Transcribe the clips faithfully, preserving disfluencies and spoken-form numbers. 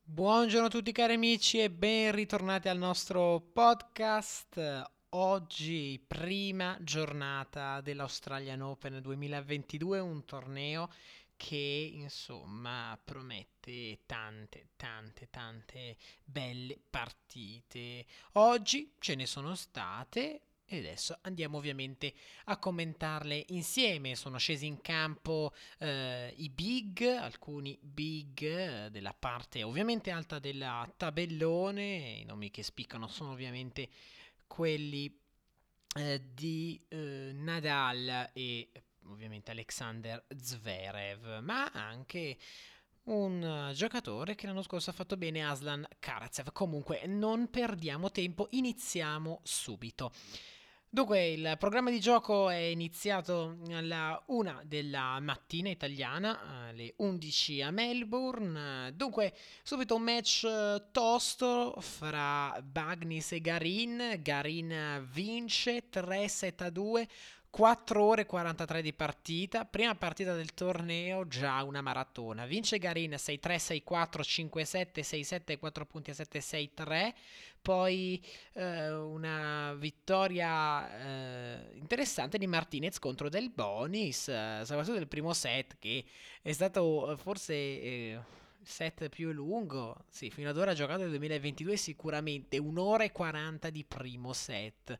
Buongiorno a tutti cari amici e ben ritornati al nostro podcast. Oggi prima giornata dell'Australian Open duemilaventidue, un torneo che insomma promette tante, tante, tante belle partite. Oggi ce ne sono state e adesso andiamo ovviamente a commentarle insieme. Sono scesi in campo eh, i big, alcuni big eh, della parte ovviamente alta della tabellone. I nomi che spiccano sono ovviamente quelli eh, di eh, Nadal e ovviamente Alexander Zverev, ma anche un eh, giocatore che l'anno scorso ha fatto bene, Aslan Karatsev. Comunque non perdiamo tempo, iniziamo subito. Dunque, il programma di gioco è iniziato alla una della mattina italiana, alle undici a Melbourne. Dunque, subito un match eh, tosto fra Bagnis e Garin. Garin vince tre sette a due, quattro ore e quarantatré di partita. Prima partita del torneo, già una maratona. Vince Garin sei tre, sei quattro, cinque sette, sei sette, quattro punti a sette, sei tre. Poi eh, una vittoria eh, interessante di Martinez contro Del Bonis, eh, soprattutto nel primo set che è stato eh, forse eh, il set più lungo, sì, fino ad ora giocato nel duemilaventidue sicuramente, un'ora e quaranta di primo set.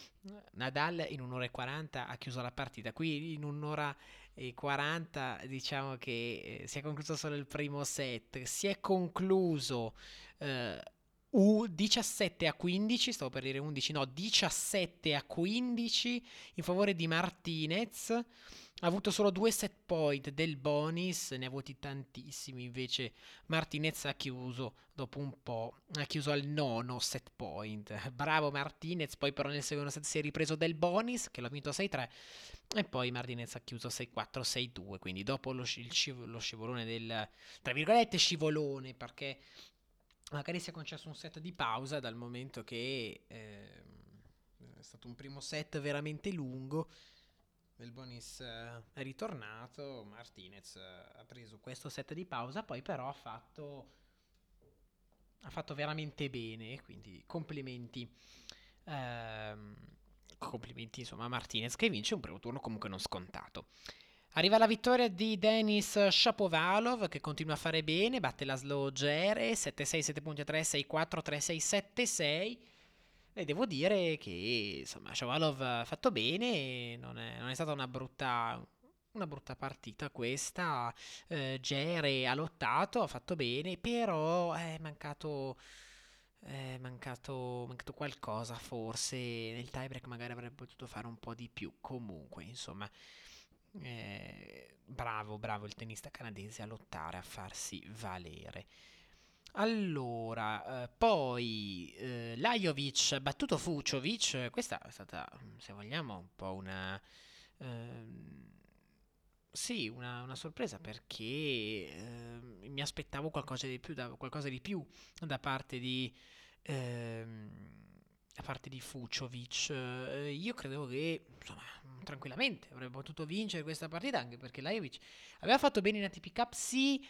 Nadal in un'ora e quaranta ha chiuso la partita, qui in un'ora e quaranta diciamo che eh, si è concluso solo il primo set, si è concluso eh, U diciassette a quindici, stavo per dire undici, no, diciassette a quindici in favore di Martinez. Ha avuto solo due set point del Bonis, ne ha avuti tantissimi. Invece Martinez ha chiuso dopo un po', ha chiuso al nono set point. Bravo Martinez, poi però nel secondo set si è ripreso del Bonis, che l'ha vinto sei tre, e poi Martinez ha chiuso sei quattro, sei due. Quindi dopo lo, sci- il sciv- lo scivolone del, tra virgolette, scivolone, perché magari si è concesso un set di pausa dal momento che ehm, è stato un primo set veramente lungo. Melbonis eh, è ritornato, Martinez eh, ha preso questo set di pausa, poi però ha fatto, ha fatto veramente bene, quindi complimenti. Ehm, complimenti insomma a Martinez che vince un primo turno comunque non scontato. Arriva la vittoria di Denis Shapovalov che continua a fare bene, batte la Slow Gere sette sei, sette punti a tre, sei quattro, tre sei, sette sei. E devo dire che insomma Shapovalov ha fatto bene, non è, non è stata una brutta, una brutta partita questa. Eh, Gere ha lottato, ha fatto bene, però è mancato, è mancato, mancato qualcosa forse. Nel tiebreak magari avrebbe potuto fare un po' di più. Comunque, insomma, eh, bravo, bravo il tennista canadese a lottare, a farsi valere. Allora, eh, poi eh, Lajovic ha battuto Fuciovic, questa è stata, se vogliamo, un po' una... ehm, sì, una, una sorpresa perché ehm, mi aspettavo qualcosa di più da, qualcosa di più da parte di, ehm, da parte di Fuciovic. Eh, io credevo che, insomma, tranquillamente avrebbe potuto vincere questa partita anche perché Lajovic aveva fatto bene in A T P Cup, sì,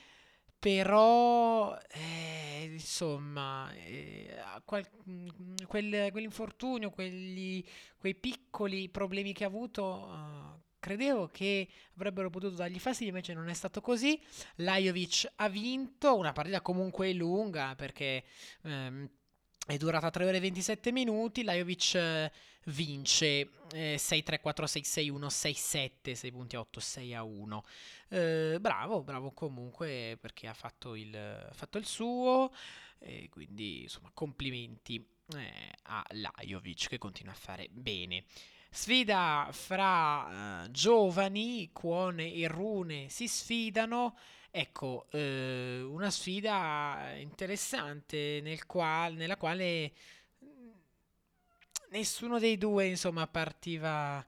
però, eh, insomma, eh, ha qual- mm, quel- quell'infortunio, quegli, quei piccoli problemi che ha avuto, eh, credevo che avrebbero potuto dargli fastidio, invece non è stato così. Lajovic ha vinto, una partita comunque lunga perché ehm, è durata tre ore e ventisette minuti. Lajovic eh, vince eh, sei tre, quattro sei, sei uno, sei sette, sei punti a otto, sei a uno. Eh, bravo, bravo comunque perché ha fatto il, ha fatto il suo e quindi insomma complimenti eh, a Lajovic che continua a fare bene. Sfida fra eh, giovani, Kwon e Rune si sfidano. Ecco, eh, una sfida interessante nel qual- nella quale mm, nessuno dei due, insomma, partiva,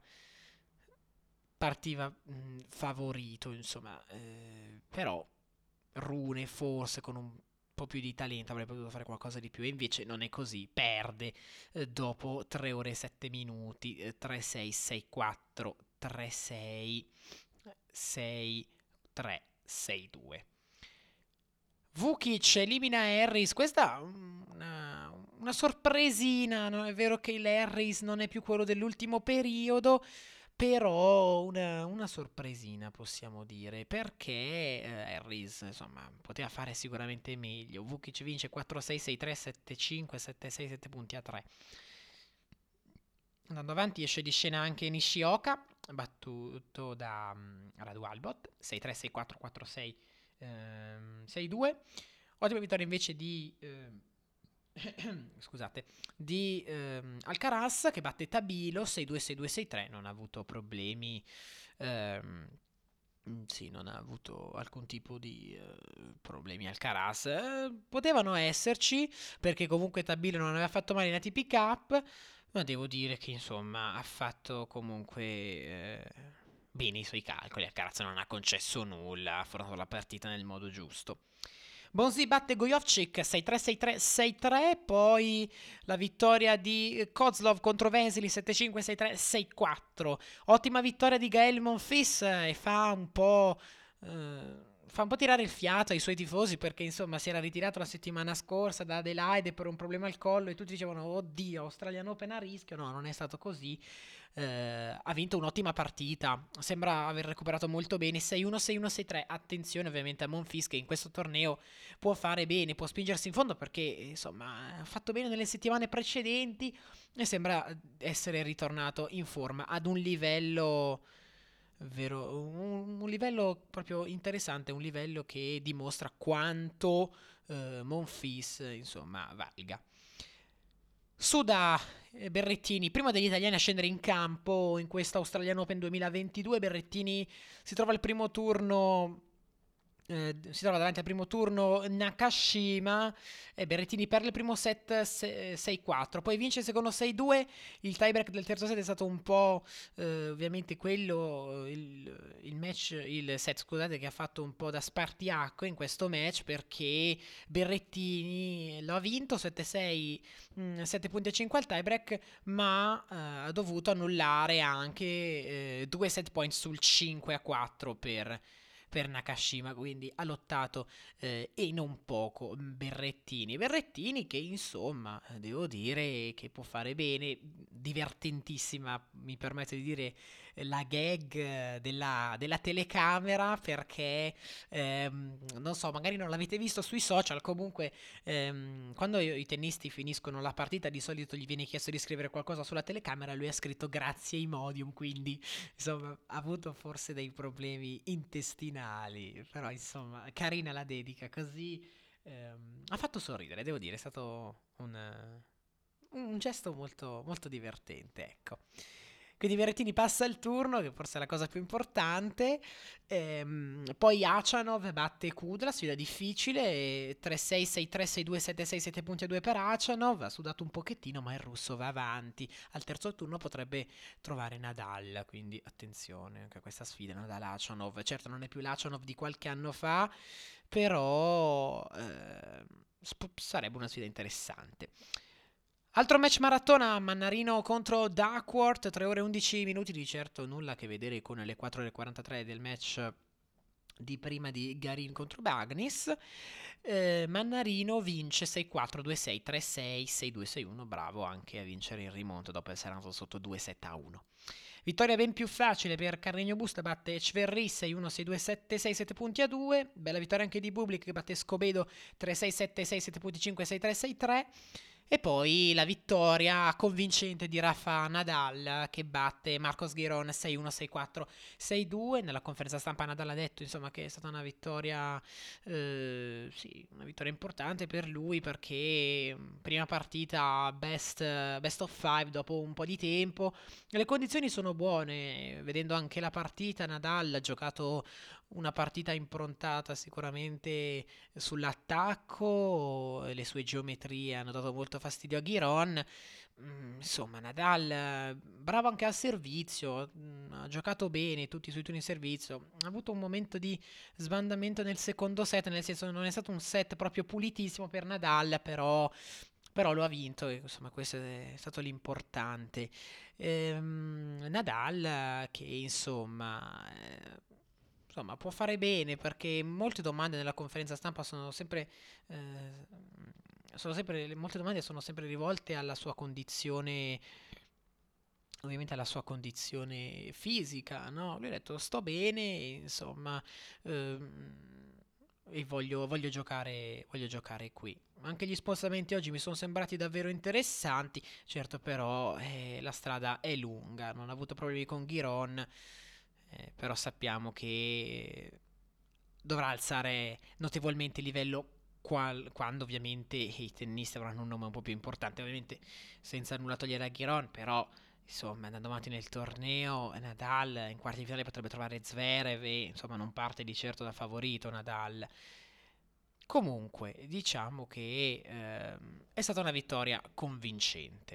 partiva mm, favorito, insomma, eh, però Rune forse con un po' più di talento avrebbe potuto fare qualcosa di più e invece non è così, perde eh, dopo tre ore e sette minuti, eh, tre sei, sei quattro, tre sei, sei tre, sei due. Vukic elimina Harris, questa una, una sorpresina, non è vero che il Harris non è più quello dell'ultimo periodo, però una, una sorpresina possiamo dire, perché eh, Harris insomma poteva fare sicuramente meglio. Vukic vince quattro sei, sei tre, sette cinque, sette sei, sette punti a tre. Andando avanti esce di scena anche Nishioka, battuto da um, Radu Albot, sei tre, sei quattro, quattro sei, ehm, sei due. Ottima vittoria invece di... ehm, scusate, di ehm, Alcaraz che batte Tabilo sei due, sei due, sei tre, non ha avuto problemi. ehm, Sì, non ha avuto alcun tipo di eh, problemi Alcaraz. Eh, potevano esserci, perché comunque Tabilo non aveva fatto male in A T P Cup, ma devo dire che insomma ha fatto comunque eh, bene i suoi calcoli. Alcaraz non ha concesso nulla, ha affrontato la partita nel modo giusto. Bonzi batte Gojovcic sei tre, sei tre, sei tre, poi la vittoria di Kozlov contro Vesely sette cinque, sei tre, sei quattro. Ottima vittoria di Gael Monfils e fa un po'... eh, fa un po' tirare il fiato ai suoi tifosi, perché insomma si era ritirato la settimana scorsa da Adelaide per un problema al collo e tutti dicevano oddio, Australian Open a rischio. No, non è stato così. Eh, ha vinto un'ottima partita, sembra aver recuperato molto bene. sei uno, sei uno, sei tre. Attenzione ovviamente a Monfils, che in questo torneo può fare bene, può spingersi in fondo, perché insomma ha fatto bene nelle settimane precedenti e sembra essere ritornato in forma ad un livello vero, un, un livello proprio interessante, un livello che dimostra quanto eh, Monfils insomma valga. Suda eh, Berrettini, primo degli italiani a scendere in campo in questa Australian Open duemilaventidue. Berrettini si trova al primo turno, eh, si trova davanti al primo turno Nakashima e Berrettini perde il primo set sei quattro, poi vince il secondo sei due. Il tiebreak del terzo set è stato un po' eh, ovviamente quello, il, il match, il set scusate, che ha fatto un po' da spartiacque in questo match, perché Berrettini lo ha vinto sette sei, mh, sette punti a cinque al tiebreak, ma eh, ha dovuto annullare anche eh, due set point sul cinque a quattro per per Nakashima, quindi ha lottato eh, e non poco Berrettini. Berrettini che insomma devo dire che può fare bene, divertentissima, mi permetto di dire, la gag della, della telecamera, perché ehm, non so, magari non l'avete visto sui social, comunque ehm, quando i tennisti finiscono la partita di solito gli viene chiesto di scrivere qualcosa sulla telecamera, lui ha scritto grazie Imodium, quindi insomma ha avuto forse dei problemi intestinali, però insomma carina la dedica, così ehm, ha fatto sorridere, devo dire, è stato un, un gesto molto, molto divertente, ecco. Quindi Berrettini passa il turno, che forse è la cosa più importante. Ehm, poi Acianov batte Kudla, sfida difficile, tre sei, sei tre, sei due, sette sei, sette punti a due per Acianov. Ha sudato un pochettino, ma il russo va avanti. Al terzo turno potrebbe trovare Nadal, quindi attenzione anche a questa sfida, Nadal-Acianov. Certo non è più l'Acianov di qualche anno fa, però eh, sp- sarebbe una sfida interessante. Altro match maratona, Mannarino contro Duckworth, tre ore e undici minuti, di certo nulla a che vedere con le quattro ore e quarantatré del match di prima di Garin contro Bagnis. Eh, Mannarino vince sei quattro, due sei, tre sei, sei due, sei uno, bravo anche a vincere il rimonto dopo essere andato sotto due sette a uno. Vittoria ben più facile per Carreño Busta, batte Echverri sei uno, sei due, sette sei, sette punti a due. Bella vittoria anche di Bublik che batte Scobedo tre sei, sette sei, sette punti cinque, sei tre, sei tre. E poi la vittoria convincente di Rafa Nadal che batte Marcos Giron sei uno, sei quattro, sei due. Nella conferenza stampa Nadal ha detto insomma che è stata una vittoria eh, sì, una vittoria importante per lui, perché prima partita best, best of five dopo un po' di tempo. Le condizioni sono buone, vedendo anche la partita Nadal ha giocato una partita improntata sicuramente sull'attacco, le sue geometrie hanno dato molto fastidio a Giron. Mm, Insomma, Nadal bravo anche al servizio, mm, ha giocato bene tutti i suoi turni in servizio. Ha avuto un momento di sbandamento nel secondo set, nel senso che non è stato un set proprio pulitissimo per Nadal, però, però lo ha vinto e insomma questo è stato l'importante. Ehm, Nadal che insomma... eh, insomma, può fare bene, perché molte domande nella conferenza stampa sono sempre, eh, sono sempre, molte domande sono sempre rivolte alla sua condizione, ovviamente alla sua condizione fisica, no? Lui ha detto sto bene, insomma, ehm, e voglio, voglio giocare, voglio giocare qui. Anche gli spostamenti oggi mi sono sembrati davvero interessanti, certo però eh, la strada è lunga, non ha avuto problemi con Giron, eh, però sappiamo che dovrà alzare notevolmente il livello qual- quando ovviamente i tennisti avranno un nome un po' più importante, ovviamente senza nulla togliere a Giron, però insomma andando avanti nel torneo Nadal in quarti di finale potrebbe trovare Zverev e insomma non parte di certo da favorito Nadal. Comunque diciamo che ehm, è stata una vittoria convincente.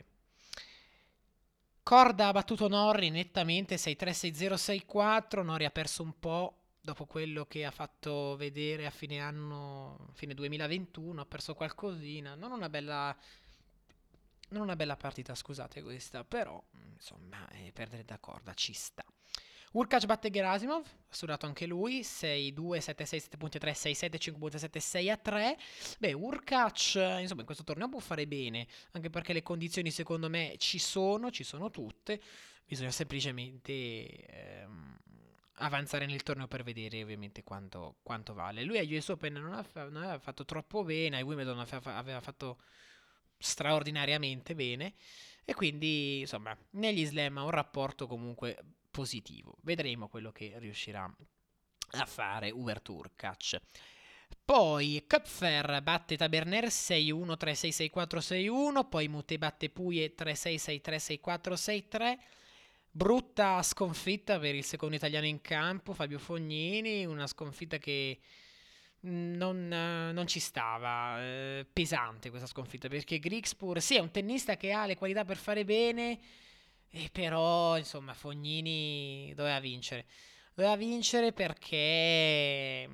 Corda ha battuto Norri nettamente sei tre sei zero sei quattro. Norri ha perso un po' dopo quello che ha fatto vedere a fine anno, fine duemilaventuno, ha perso qualcosina. Non una bella, non una bella partita, scusate questa, però insomma, eh, perdere da corda ci sta. Urkac batte Gerasimov, ha sudato anche lui, sei due, sette sei, sette punto tre, sei sette, cinque punto sette, sei a tre. Beh, Urkac, eh, insomma, in questo torneo può fare bene, anche perché le condizioni secondo me ci sono, ci sono tutte. Bisogna semplicemente ehm, avanzare nel torneo per vedere ovviamente quanto, quanto vale. Lui agli U S Open non, ha- non aveva fatto troppo bene, ai Wimbledon aveva aveva fatto straordinariamente bene e quindi insomma negli slam ha un rapporto comunque positivo. Vedremo quello che riuscirà a fare Hubert Hurkacz. Poi Köpfer batte Taberner sei uno tre sei sei quattro sei uno, poi Mute batte Puie tre sei sei tre sei quattro sei tre. Brutta sconfitta per il secondo italiano in campo, Fabio Fognini, una sconfitta che non, eh, non ci stava, eh, pesante questa sconfitta, perché Grigspur sì è un tennista che ha le qualità per fare bene, e però insomma Fognini doveva vincere. Doveva vincere perché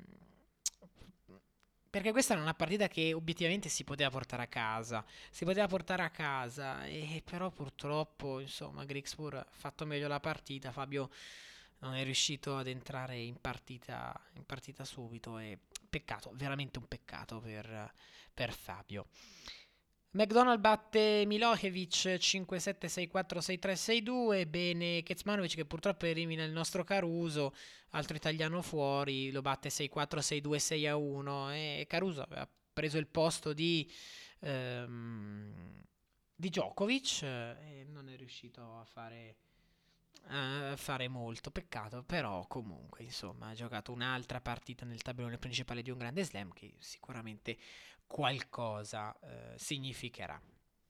perché questa era una partita che obiettivamente si poteva portare a casa. Si poteva portare a casa, e però purtroppo, insomma, Grigspur ha fatto meglio la partita. Fabio non è riuscito ad entrare in partita, in partita subito. E peccato, veramente un peccato per, per Fabio. McDonald batte Milojevic cinque sette sei quattro sei tre sei due. Bene Kecmanovic che purtroppo elimina il nostro Caruso, altro italiano fuori, lo batte sei quattro sei due sei a uno. E Caruso aveva preso il posto di, ehm, di Djokovic eh, e non è riuscito a fare, a fare molto. Peccato, però comunque insomma ha giocato un'altra partita nel tabellone principale di un grande slam che sicuramente qualcosa eh, significherà.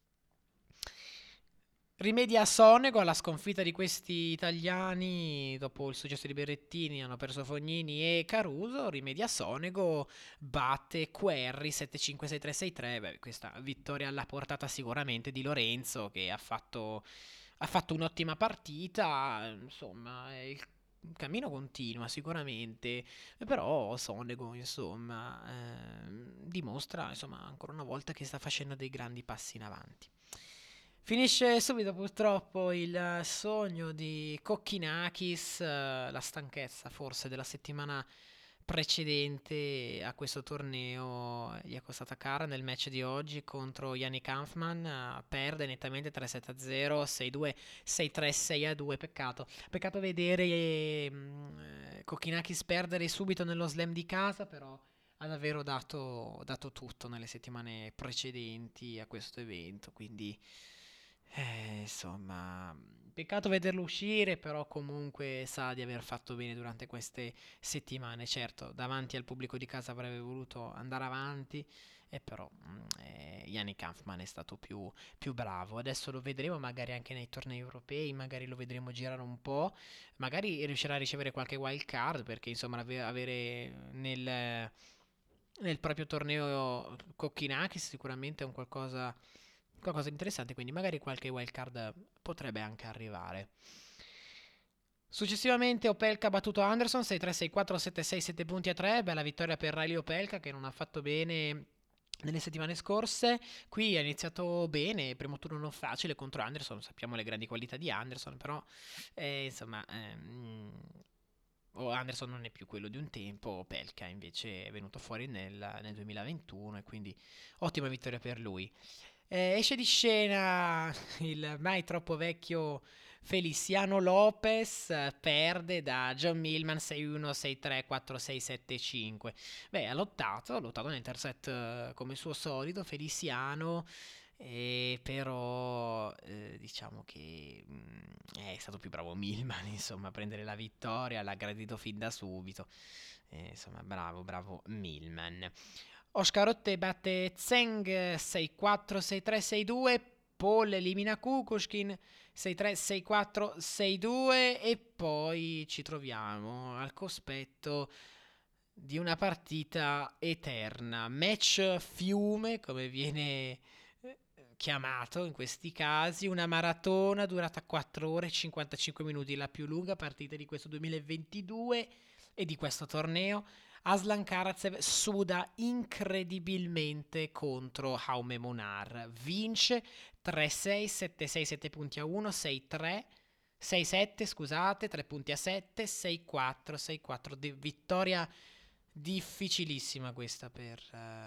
Rimedia Sonego alla sconfitta di questi italiani dopo il successo di Berrettini, hanno perso Fognini e Caruso. Rimedia Sonego batte Querri sette cinque sei tre sei tre. Beh, questa vittoria alla portata sicuramente di Lorenzo che ha fatto, ha fatto un'ottima partita. Insomma, il cammino continua sicuramente, però Sonego insomma ehm, dimostra insomma ancora una volta che sta facendo dei grandi passi in avanti. Finisce subito purtroppo il sogno di Kokkinakis, eh, la stanchezza forse della settimana precedente a questo torneo gli è costata cara nel match di oggi contro Yannick Hanfmann, eh, perde nettamente tre sette a zero, sei due, sei tre, sei a due, peccato. Peccato vedere eh, Kokkinakis perdere subito nello slam di casa, però ha davvero dato, dato tutto nelle settimane precedenti a questo evento, quindi eh, insomma, peccato vederlo uscire, però comunque sa di aver fatto bene durante queste settimane. Certo, davanti al pubblico di casa avrebbe voluto andare avanti, e però mm, eh, Yannick Hanfmann è stato più, più bravo. Adesso lo vedremo magari anche nei tornei europei, magari lo vedremo girare un po', magari riuscirà a ricevere qualche wild card, perché insomma ave- avere nel, nel proprio torneo Kokkinakis sicuramente è un qualcosa qualcosa di interessante, quindi magari qualche wildcard potrebbe anche arrivare. Successivamente Opelka ha battuto Anderson sei tre sei quattro sette sei sette punti a tre, bella vittoria per Riley Opelka che non ha fatto bene nelle settimane scorse. Qui ha iniziato bene, primo turno non facile contro Anderson, sappiamo le grandi qualità di Anderson, però eh, insomma ehm, o Anderson non è più quello di un tempo, Opelka invece è venuto fuori nel, nel duemilaventuno e quindi ottima vittoria per lui. Eh, esce di scena il mai troppo vecchio Feliciano Lopez, eh, perde da John Millman sei uno, sei tre, quattro sei, sette cinque. Beh, ha lottato, ha lottato nel terzo set eh, come suo solito, Feliciano, eh, però eh, diciamo che mm, è stato più bravo Millman, insomma, a prendere la vittoria, l'ha gradito fin da subito. Eh, insomma, bravo, bravo Millman. Oscar Otte batte Zeng sei quattro, sei tre, sei due. Paul elimina Kukushkin sei tre, sei quattro, sei due. E poi ci troviamo al cospetto di una partita eterna. Match fiume, come viene eh, chiamato in questi casi. Una maratona durata quattro ore e cinquantacinque minuti, la più lunga partita di questo duemilaventidue e di questo torneo. Aslan Karatsev suda incredibilmente contro Jaume Munar. Vince tre sei, sette sei, sette punti a uno, sei tre, sei sette, scusate, tre punti a sette, sei quattro, sei quattro. Di- vittoria difficilissima questa per...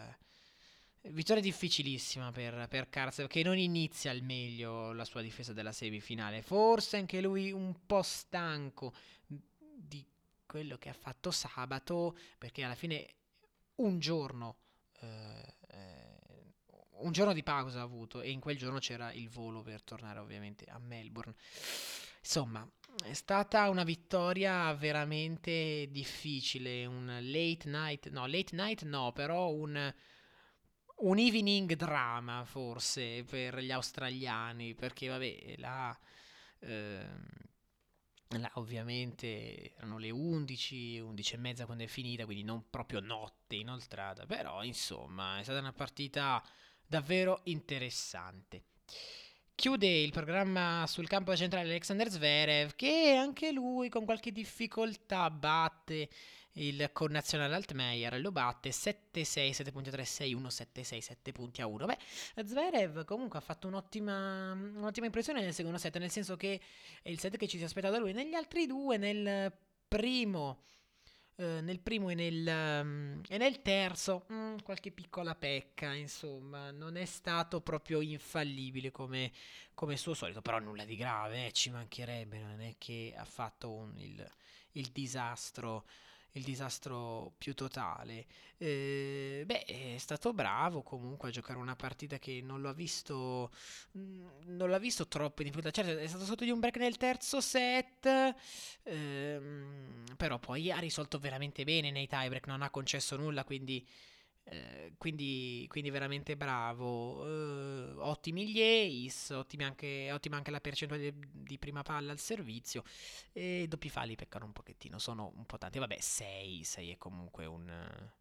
eh, vittoria difficilissima per, per Karatsev, che non inizia al meglio la sua difesa della semifinale. Forse anche lui un po' stanco di quello che ha fatto sabato, perché alla fine un giorno eh, eh, un giorno di pausa ha avuto e in quel giorno c'era il volo per tornare ovviamente a Melbourne. Insomma, è stata una vittoria veramente difficile, un late night, no, late night no, però un un evening drama forse per gli australiani, perché vabbè, là ehm, là ovviamente erano le undici, undici e mezza quando è finita, quindi non proprio notte inoltrata, però insomma è stata una partita davvero interessante. Chiude il programma sul campo centrale Alexander Zverev, che anche lui con qualche difficoltà batte il connazionale Altmaier, lo batte sette sei, sette punti a tre, sei uno, sette sei, sette punti a uno. Beh, Zverev comunque ha fatto un'ottima, un'ottima impressione nel secondo set, nel senso che è il set che ci si aspetta da lui. Negli altri due, nel primo, eh, nel primo e nel, um, e nel terzo, mm, qualche piccola pecca, insomma, non è stato proprio infallibile come, come suo solito, però nulla di grave, eh, ci mancherebbe, non è che ha fatto un- il, il disastro il disastro più totale. Eh, beh, è stato bravo comunque a giocare una partita che non l'ha visto, mm, non l'ha visto troppo in difficoltà. Certo, è stato sotto di un break nel terzo set, ehm, però poi ha risolto veramente bene nei tiebreak, non ha concesso nulla, quindi eh, quindi, quindi veramente bravo. Eh, ottimi gli ace, ottimi anche, ottima anche la percentuale di, di prima palla al servizio. E i doppi falli peccano un pochettino, sono un po' tanti. Vabbè, sei, sei è comunque un, eh,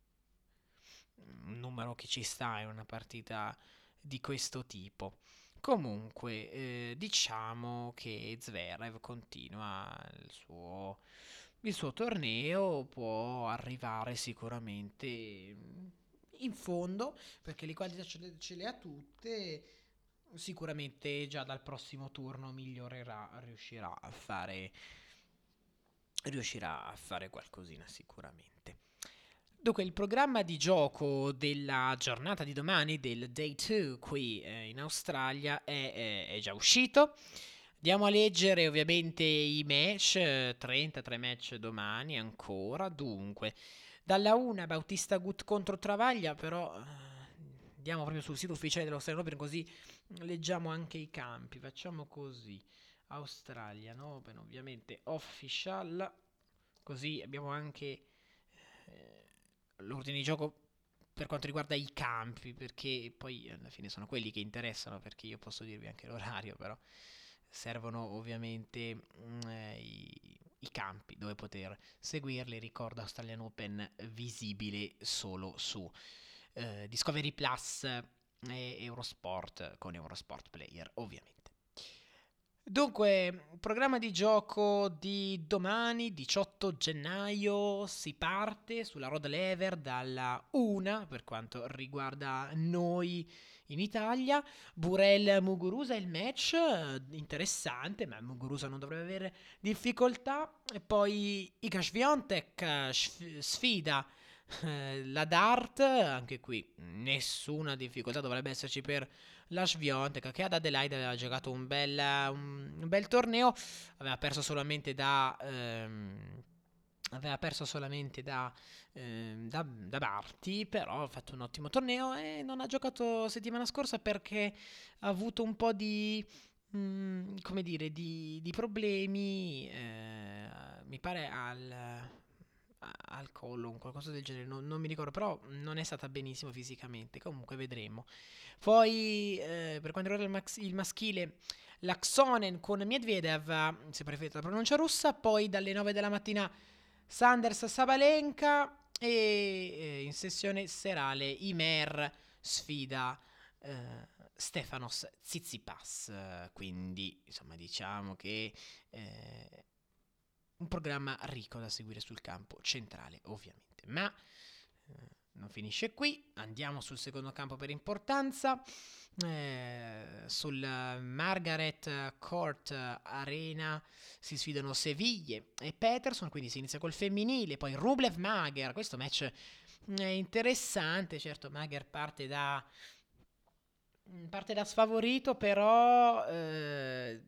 un numero che ci sta in una partita di questo tipo. Comunque, eh, diciamo che Zverev continua il suo, il suo torneo, può arrivare sicuramente in fondo, perché le qualità ce le, ce le ha tutte. Sicuramente già dal prossimo turno migliorerà, riuscirà a fare, riuscirà a fare qualcosina sicuramente. Dunque, il programma di gioco della giornata di domani, del day due qui eh, in Australia, è, è- è già uscito. Andiamo a leggere ovviamente i match, eh, trentatré match domani ancora. Dunque, dalla una Bautista Gut contro Travaglia, però eh, andiamo proprio sul sito ufficiale dell'Australian Open così leggiamo anche i campi. Facciamo così. Australian Open ovviamente official, così abbiamo anche eh, l'ordine di gioco per quanto riguarda i campi, perché poi alla fine sono quelli che interessano, perché io posso dirvi anche l'orario, però servono ovviamente mm, eh, i, i campi dove poter seguirli. Ricordo Australian Open visibile solo su eh, Discovery Plus e Eurosport con Eurosport Player, ovviamente. Dunque, programma di gioco di domani, diciotto gennaio, si parte sulla Rod Lever dalla una per quanto riguarda noi in Italia. Burel Muguruza il match, eh, interessante, ma Muguruza non dovrebbe avere difficoltà. E poi Iga Swiatek eh, sf- sfida eh, la Dart, anche qui nessuna difficoltà dovrebbe esserci per la Swiatek, che ad Adelaide aveva giocato un bel, un, un bel torneo, aveva perso solamente da... Ehm, aveva perso solamente da, ehm, da, da Barty, però ha fatto un ottimo torneo e non ha giocato settimana scorsa perché ha avuto un po' di... mm, come dire, di, di problemi, eh, mi pare al, al collo, un qualcosa del genere, non, non mi ricordo, però non è stata benissimo fisicamente, comunque vedremo. Poi, eh, per quanto riguarda il, max- il maschile, Laxonen con Medvedev, se preferite la pronuncia russa, poi dalle nove della mattina Sanders Sabalenka e eh, in sessione serale Imer sfida eh, Stefanos Tsitsipas, eh, quindi insomma diciamo che eh, un programma ricco da seguire sul campo centrale ovviamente, ma eh, non finisce qui, andiamo sul secondo campo per importanza, eh, sul Margaret Court Arena si sfidano Seviglie e Peterson, quindi si inizia col femminile, poi Rublev Mager, questo match è interessante, certo Mager parte da parte da sfavorito, però eh,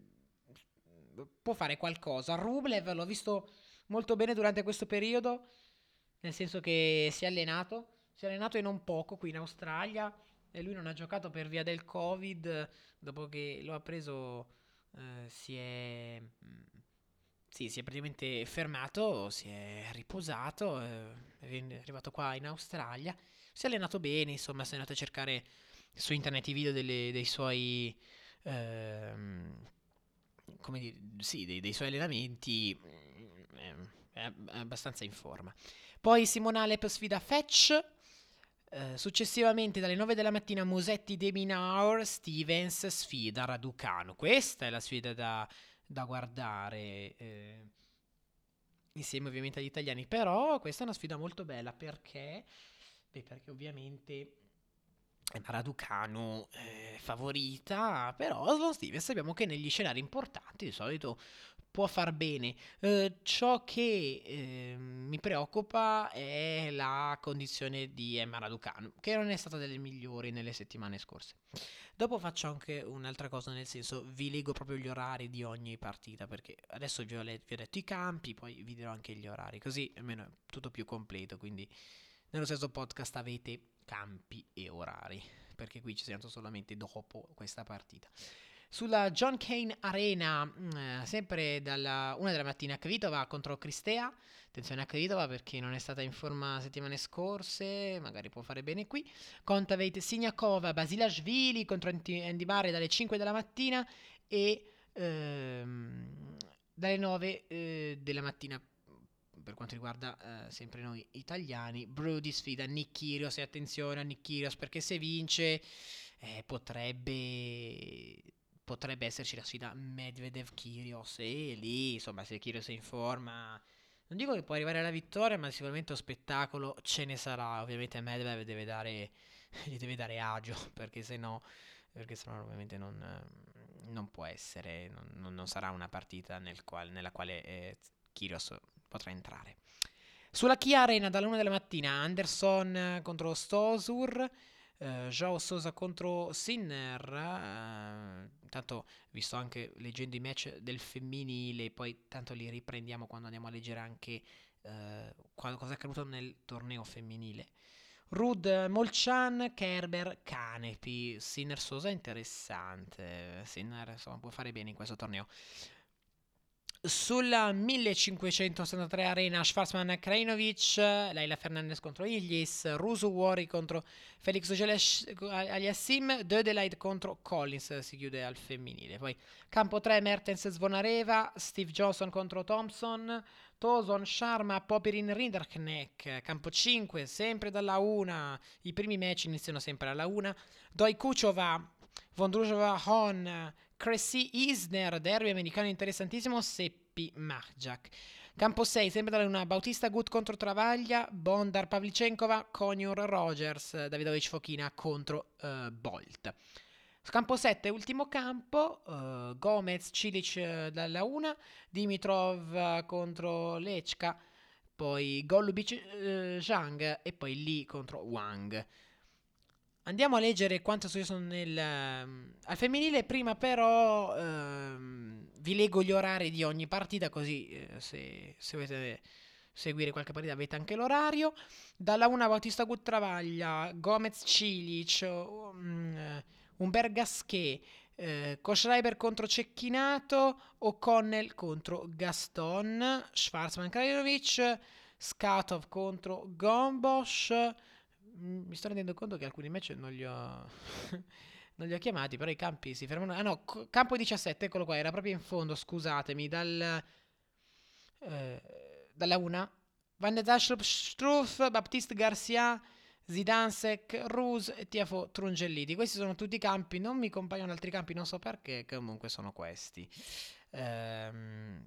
può fare qualcosa. Rublev l'ho visto molto bene durante questo periodo, nel senso che si è allenato, si è allenato e non poco qui in Australia e lui non ha giocato per via del Covid, dopo che lo ha preso eh, si è mm, sì, si è praticamente fermato, si è riposato, eh, è arrivato qua in Australia, si è allenato bene, insomma, si è andato a cercare su internet i video delle- dei suoi ehm, come dire, sì, dei, dei suoi allenamenti, mm, è, è abbastanza in forma. Poi Simona Alep sfida Fetch. Eh, successivamente dalle nove della mattina Musetti De Minaur, Stevens sfida Raducanu. Questa è la sfida da, da guardare. Eh, insieme ovviamente agli italiani. Però questa è una sfida molto bella perché, beh, perché ovviamente è Raducanu eh, favorita, però Sloane Stevens sappiamo che negli scenari importanti di solito può far bene. Eh, ciò che eh, mi preoccupa è la condizione di Emma Raducanu, che non è stata delle migliori nelle settimane scorse. Dopo faccio anche un'altra cosa, nel senso vi leggo proprio gli orari di ogni partita, perché adesso vi ho, let- vi ho detto i campi, poi vi dirò anche gli orari, così almeno è tutto più completo, quindi nello stesso podcast avete campi e orari, perché qui ci sento solamente dopo questa partita. Sulla John Kane Arena, mh, sempre dalla una della mattina, Kvitova contro Cristea. Attenzione a Kvitova perché non è stata in forma settimane scorse, magari può fare bene qui. Kontaveit Siniakova, Basilashvili contro Andy Murray dalle cinque della mattina e ehm, dalle nove eh, della mattina per quanto riguarda eh, sempre noi italiani. Brody sfida Nick Kyrgios e attenzione a Nick Kyrgios perché se vince eh, potrebbe potrebbe esserci la sfida Medvedev-Kyrgios e lì insomma se Kyrgios è in forma non dico che può arrivare alla vittoria ma sicuramente lo spettacolo ce ne sarà. Ovviamente Medvedev deve dare gli deve dare agio perché se no perché sennò ovviamente non, non può essere non, non sarà una partita nel quale, nella quale eh, Kyrgios potrà entrare. Sulla Kia Arena dalla una della mattina Anderson contro Stosur, eh, Joao Sosa contro Sinner. Eh, intanto, visto anche leggendo i match del femminile, poi tanto li riprendiamo quando andiamo a leggere anche eh, cosa è accaduto nel torneo femminile. Rud Molchan, Kerber, Canepi, Sinner Sosa interessante. Sinner insomma può fare bene in questo torneo. Sulla millecinquecentosessantatré Arena Schwarzman Krajinovic, Leila Fernandez contro Illis, Rusu Wari contro Felix Aliassim, Dödeleit contro Collins, si chiude al femminile. Poi campo tre Mertens Zvonareva, Steve Johnson contro Thompson, Toson, Sharma, Popirin, Rinderknecht. Campo cinque, sempre dalla una, i primi match iniziano sempre alla una. Doi Kuchova, Vondrujova, Hon, Cressy Isner, derby americano interessantissimo, Seppi Marjak. Campo sei, sempre dalla luna, Bautista Gut contro Travaglia, Bondar Pavlicenkova, Konjur Rogers, Davidovic Fokina contro uh, Bolt. Campo sette, ultimo campo, uh, Gomez Cilic uh, dalla una, Dimitrov uh, contro Lechka, poi Golubic uh, Zhang e poi Lee contro Wang. Andiamo a leggere quanto sono nel um, al femminile. Prima però um, vi leggo gli orari di ogni partita, così eh, se, se volete seguire qualche partita avete anche l'orario. Dalla una Bautista Gut Travaglia, Gomez Cilic, um, Umber Gasquet, eh, Koschreiber contro Cecchinato, O'Connell contro Gaston, Schwarzman Krajinovic, Skatov contro Gombosch. Mi sto rendendo conto che alcuni match non li ho non li ho chiamati, però i campi si fermano. Ah no, c- campo diciassette, eccolo qua, era proprio in fondo, scusatemi, dal eh, dalla una Van der Zaschlup, Struff, Baptiste Garcia, Zidansek, Ruse e Tiafo Trungelliti. Questi sono tutti i campi, non mi compaiono altri campi, non so perché, comunque sono questi. Ehm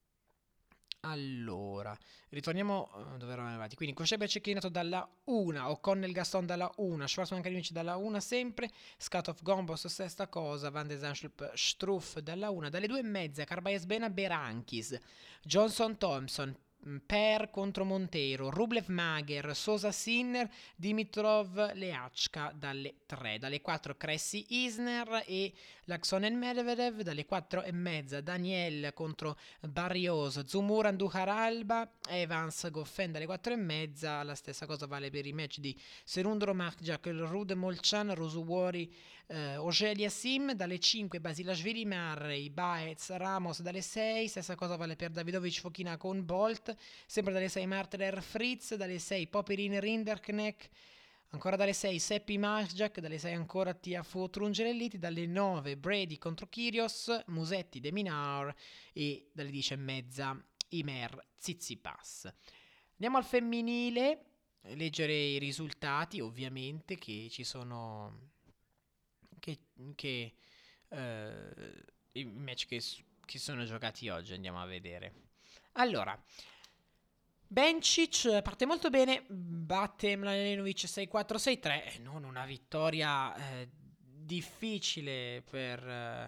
allora, ritorniamo uh, dove eravamo arrivati. Quindi Koscheber Cecchinato dalla una, O'Connell Gaston dalla una, Schwarzman Kalinic dalla una sempre, Skatov Gombos stessa cosa, Van de Zanschlup Struff dalla una, dalle due e mezza Carbaez Bena Berankis, Johnson Thompson, Per contro Montero, Rublev Mager, Sosa Sinner, Dimitrov Leachka dalle tre, dalle quattro Cressy Isner e Laksonen Medvedev, dalle quattro e mezza Daniel contro Barrios, Zumuran Duhar Alba, Evans Goffin dalle quattro e mezza. La stessa cosa vale per i match di Serundro Markjak, Rude Molchan, Rosuwori, eh, Ogelia Sim dalle cinque, Basilashvili Marrey, Baez Ramos dalle sei. Stessa cosa vale per Davidovic Fokina con Bolt, sempre dalle sei Marterer Fritz, dalle sei Popperin Rinderknecht, ancora dalle sei Seppi Marjak, dalle sei ancora Tiafo Trungelelliti, dalle nove Brady contro Kyrgios, Musetti De Minaur e dalle dieci e mezza Imer Tsitsipas. Andiamo al femminile, leggere i risultati ovviamente che ci sono, che, che eh, i match che, che sono giocati oggi, andiamo a vedere. Allora, Bencic parte molto bene, batte Mladenovic sei quattro sei tre, non una vittoria eh, difficile per,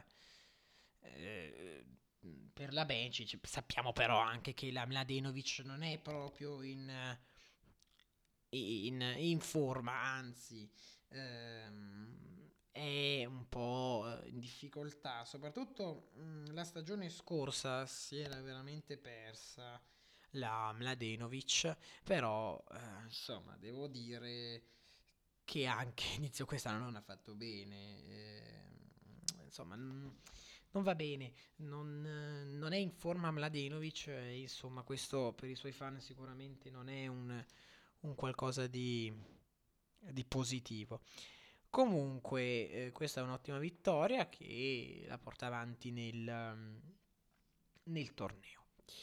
eh, per la Bencic. Sappiamo però anche che la Mladenovic non è proprio in, in, in forma, anzi ehm, è un po' in difficoltà, soprattutto mh, la stagione scorsa si era veramente persa la Mladenovic, però eh, insomma devo dire che anche inizio quest'anno non ha fatto bene, eh, insomma n- non va bene, non, eh, non è in forma Mladenovic e insomma questo per i suoi fan sicuramente non è un, un qualcosa di, di positivo. Comunque eh, questa è un'ottima vittoria che la porta avanti nel, um, nel torneo.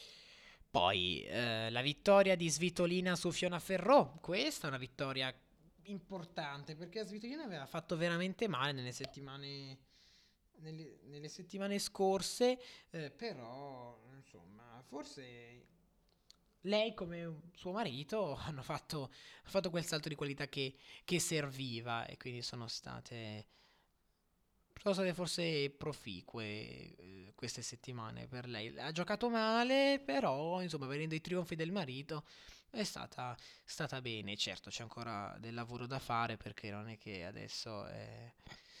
Poi eh, la vittoria di Svitolina su Fiona Ferrò, questa è una vittoria importante perché Svitolina aveva fatto veramente male nelle settimane, nelle, nelle settimane scorse, eh, però insomma forse lei come suo marito hanno fatto, hanno fatto quel salto di qualità che, che serviva e quindi sono state sono state forse proficue eh, queste settimane per lei. Ha giocato male, però insomma, vedendo i trionfi del marito è stata, stata bene. Certo, c'è ancora del lavoro da fare perché non è che adesso è,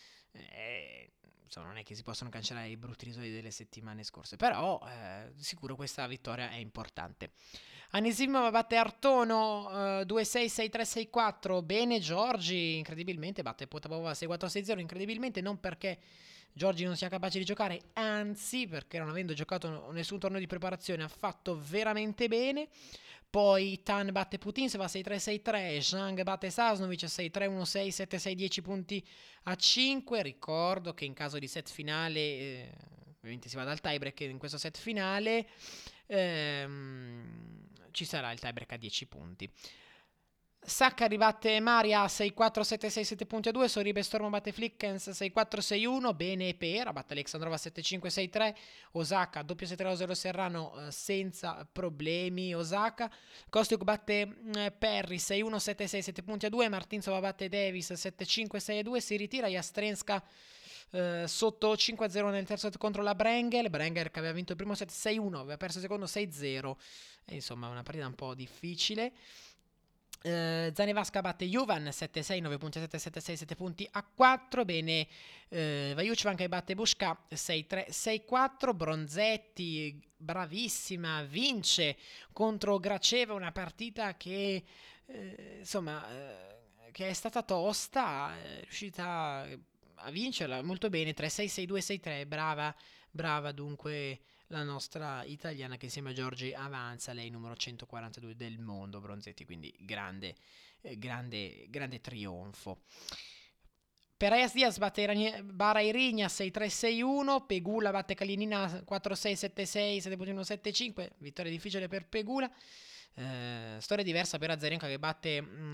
è- insomma, non è che si possono cancellare i brutti risultati delle settimane scorse, però eh, sicuro questa vittoria è importante. Anisimova batte Artono eh, due sei sei tre sei quattro. Bene Giorgi, incredibilmente batte Potapova sei quattro sei zero. Incredibilmente non perché Giorgi non sia capace di giocare, anzi perché non avendo giocato nessun torneo di preparazione ha fatto veramente bene. Poi Tan batte Putin, se va sei tre sei tre. Zhang batte Sasnovic sei tre uno sei sette sei dieci punti a cinque. Ricordo che in caso di set finale, eh, ovviamente si va dal tiebreak in questo set finale, ehm, ci sarà il tiebreak a dieci punti. Saccari batte Maria sei quattro sette sei sette punti a due, Soribe Stormo batte Flickens sei quattro sei uno, bene Pera batte Alexandrova sette cinque sei tre, Osaka doppio sette zero Serrano eh, senza problemi Osaka, Kostiuk batte eh, Perry sei uno sette sei sette punti a due, Martinsova batte Davis sette cinque sei a due, si ritira Jastrenska eh, sotto cinque a zero nel terzo set contro la Brengel, Brengel che aveva vinto il primo set sei uno, aveva perso il secondo sei zero, e insomma una partita un po' difficile. Uh, Zanevasca batte Juvan sette sei nove punti a sette sette sei sette punti a quattro, bene uh, Vajucevan che batte Bushka sei tre sei quattro, Bronzetti bravissima, vince contro Graceva, una partita che uh, insomma uh, che è stata tosta, è riuscita a vincerla molto bene, tre sei sei due sei tre, brava brava dunque la nostra italiana che insieme a Giorgi avanza, lei numero centoquarantadue del mondo, Bronzetti, quindi grande, eh, grande, grande trionfo. Perez Diaz batte Bara Irigna sei tre sei uno, Pegula batte Kalinina quattro sei sette sei sette uno sette cinque, vittoria difficile per Pegula. Eh, storia diversa per Azarenka che batte mh,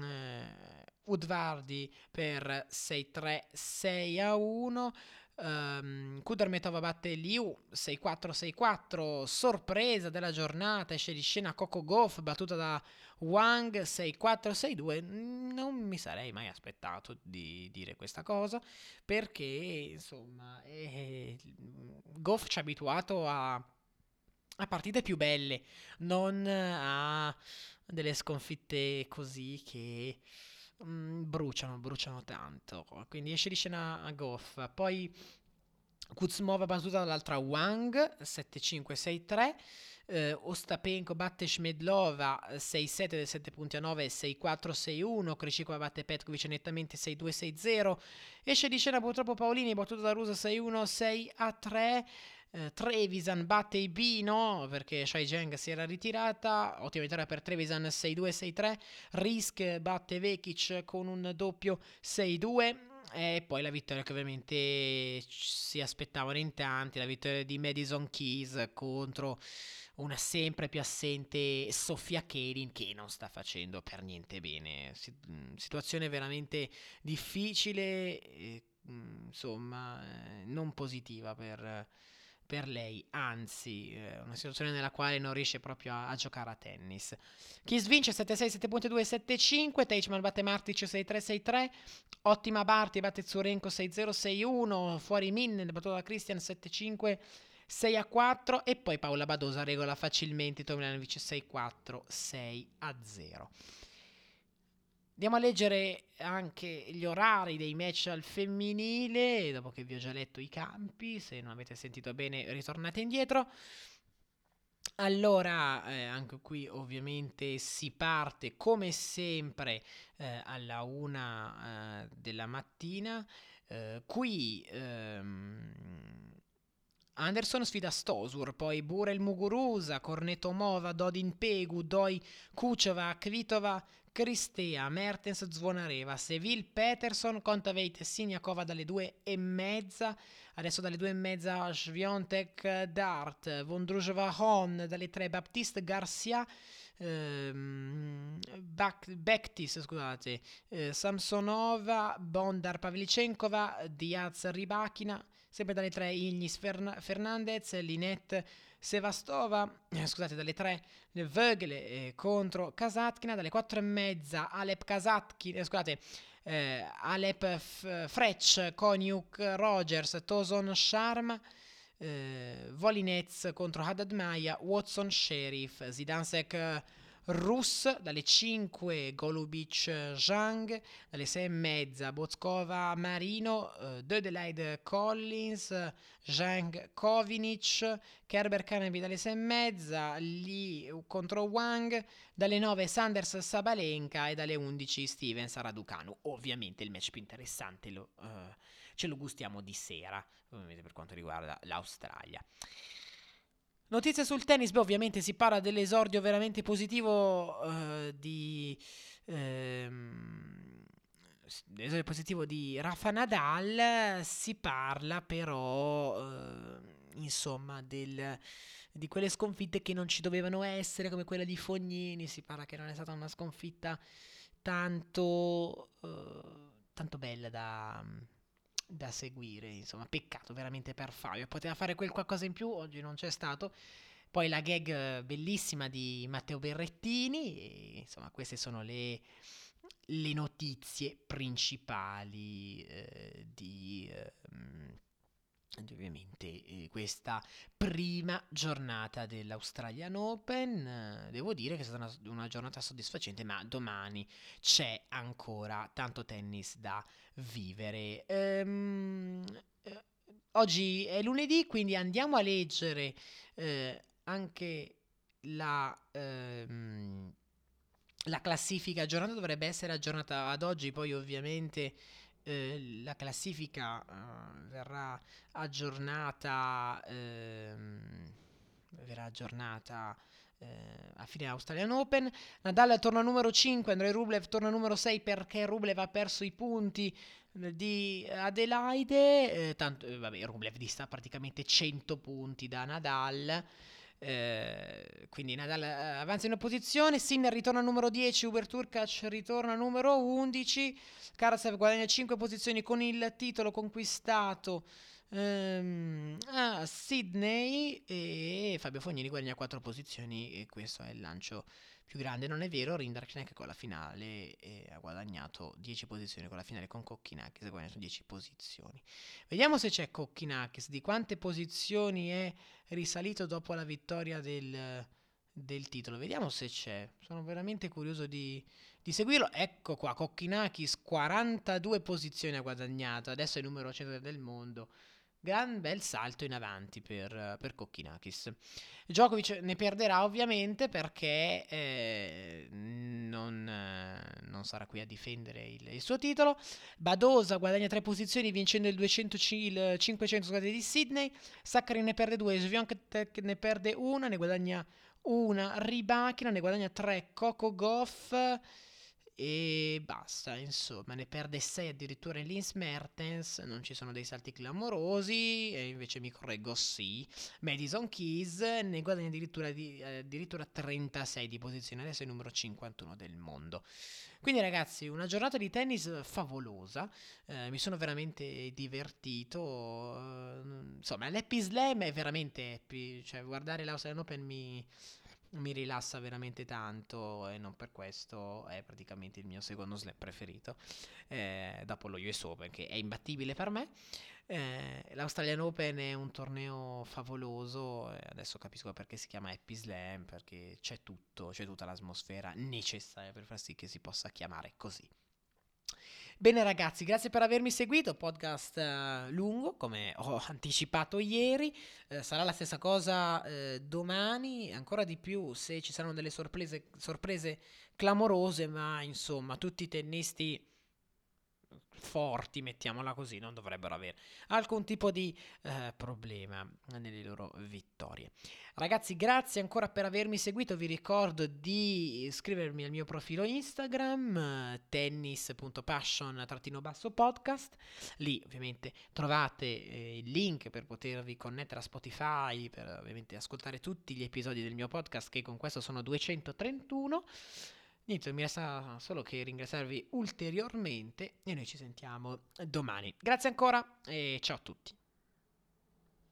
Udvardi per sei tre sei a uno. Um, Kudermetova batte Liu sei quattro sei quattro, sorpresa della giornata, esce di scena Coco Gauff battuta da Wang sei quattro sei due. Non mi sarei mai aspettato di dire questa cosa perché insomma eh, Gauff ci ha abituato a, a partite più belle, non a delle sconfitte così che Mm, bruciano, bruciano tanto. Quindi esce di scena a Goff. Poi Kuzmova battuta dall'altra Wang sette cinque sei tre. eh, Ostapenko batte Shmedlova sei sette sette punti a nove sei quattro sei uno. Krejcikova batte Petkovic nettamente sei due sei zero. Esce di scena purtroppo Paolini battuta da Rusa sei uno sei a tre. Uh, Trevisan batte i B, no? Perché Shai Zheng si era ritirata. Ottima vittoria per Trevisan sei due sei tre. Risk batte Vekic con un doppio sei due. E poi la vittoria che ovviamente si aspettavano in tanti, la vittoria di Madison Keys contro una sempre più assente Sofia Kenin che non sta facendo per niente bene. Situazione veramente difficile, e, insomma, non positiva per per lei, anzi, è una situazione nella quale non riesce proprio a, a giocare a tennis. Kiss vince sette sei sette due sette cinque, Teichmann batte Martic sei tre sei tre, ottima Barty batte Zurenko sei zero sei uno, fuori Min, battuta da Christian sette cinque sei a quattro e poi Paola Badosa regola facilmente Tomljanovic sei quattro sei a zero. Andiamo a leggere anche gli orari dei match al femminile, dopo che vi ho già letto i campi, se non avete sentito bene ritornate indietro. Allora, eh, anche qui ovviamente si parte come sempre eh, alla una eh, della mattina. Eh, qui ehm, Anderson sfida Stosur, poi Burel Muguruza, Kornetomova, Dodin Pegu, Doi Kuchova, Kvitova, Cristea, Mertens, Zvonareva, Seville, Peterson, Kontaveit, Siniakova dalle due e mezza. Adesso dalle due e mezza Sviontek, Dart, Vondrujova, Hon, dalle tre Baptiste, Garcia, ehm, Bektis, scusate, eh, Samsonova, Bondar, Pavlicenkova, Diaz, Ribachina, sempre dalle tre Ignis Fern- Fernandez, Linette, Sevastova, eh, scusate, dalle tre Vögele eh, contro Kasatkina, dalle quattro e mezza Alep Kasatkina, eh, scusate, eh, Alep F- Frecz, Koniuk, Rogers, Toson Sharma, eh, Volinez contro Haddad Maia, Watson Sheriff, Zidansek Rus, dalle cinque Golubic Zhang, dalle sei e mezza Bozkova Marino, eh, Dödeleid Collins, Zhang Kovinic, Kerber Canevi dalle sei e mezza, Li contro Wang, dalle nove Sanders Sabalenka e dalle undici Stevens Raducanu. Ovviamente il match più interessante lo, uh, ce lo gustiamo di sera, ovviamente per quanto riguarda l'Australia. Notizie sul tennis, beh ovviamente si parla dell'esordio veramente positivo uh, di... Ehm, l'esordio positivo di Rafa Nadal, si parla però uh, insomma del, di quelle sconfitte che non ci dovevano essere, come quella di Fognini. Si parla che non è stata una sconfitta tanto, uh, tanto bella da, da seguire, insomma, peccato veramente per Fabio, poteva fare quel qualcosa in più, oggi non c'è stato. Poi la gag eh, bellissima di Matteo Berrettini, e, insomma, queste sono le, le notizie principali eh, di, eh, di ovviamente eh, questa prima giornata dell'Australian Open. Eh, devo dire che è stata una, una giornata soddisfacente, ma domani c'è ancora tanto tennis da vivere. Ehm, eh, oggi è lunedì, quindi andiamo a leggere eh, anche la, ehm, la classifica aggiornata. Dovrebbe essere aggiornata ad oggi, poi ovviamente eh, la classifica eh, verrà aggiornata ehm, verrà aggiornata eh, a fine Australian Open. Nadal torna numero cinque, Andrei Rublev torna numero sei perché Rublev ha perso i punti di Adelaide, eh, tanto eh, vabbè, Rublev dista praticamente cento punti da Nadal. Eh, quindi Nadal eh, avanza in una posizione, Sinner ritorna al numero dieci, Hubert Hurkacz ritorna al numero undici, Karatsev guadagna cinque posizioni con il titolo conquistato ehm, a Sydney, e Fabio Fognini guadagna quattro posizioni, e questo è il lancio più grande. Non è vero, Rinderknecht con la finale eh, ha guadagnato dieci posizioni, con la finale con Kokkinakis ha guadagnato dieci posizioni. Vediamo se c'è Kokkinakis, di quante posizioni è risalito dopo la vittoria del, del titolo. Vediamo se c'è, sono veramente curioso di, di seguirlo. Ecco qua, Kokkinakis quarantadue posizioni ha guadagnato, adesso è il numero cento del mondo. Gran bel salto in avanti per, per Kokkinakis. Djokovic ne perderà ovviamente perché eh, non, eh, non sarà qui a difendere il, il suo titolo. Badosa guadagna tre posizioni vincendo il, duecento, il cinquecento scusate, di Sydney. Sakkari ne perde due, Swiatek ne perde una, ne guadagna una Rybakina, ne guadagna tre Coco Gauff e basta, insomma, ne perde sei addirittura in Linz Mertens. Non ci sono dei salti clamorosi, e invece mi correggo, sì, Madison Keys ne guadagna addirittura, di, eh, addirittura trentasei di posizione, adesso è il numero cinquantuno del mondo. Quindi ragazzi, una giornata di tennis favolosa, eh, mi sono veramente divertito, eh, insomma l'Happy Slam è veramente happy, cioè guardare l'Australian Open mi, mi rilassa veramente tanto, e non per questo è praticamente il mio secondo slam preferito, eh, dopo lo U S Open che è imbattibile per me. Eh, L'Australian Open è un torneo favoloso, eh, adesso capisco perché si chiama Happy Slam, perché c'è tutto, c'è tutta l'atmosfera necessaria per far sì che si possa chiamare così. Bene ragazzi, grazie per avermi seguito, podcast eh, lungo come ho anticipato ieri, eh, sarà la stessa cosa eh, domani, ancora di più se ci saranno delle sorprese, sorprese clamorose, ma insomma tutti i tennisti forti, mettiamola così, non dovrebbero avere alcun tipo di eh, problema nelle loro vittorie. Ragazzi, grazie ancora per avermi seguito. Vi ricordo di iscrivermi al mio profilo Instagram, eh, tennis punto passion-podcast. Lì ovviamente trovate eh, il link per potervi connettere a Spotify, per ovviamente ascoltare tutti gli episodi del mio podcast, che con questo sono duecentotrentuno. Niente, mi resta solo che ringraziarvi ulteriormente, e noi ci sentiamo domani. Grazie ancora e ciao a tutti.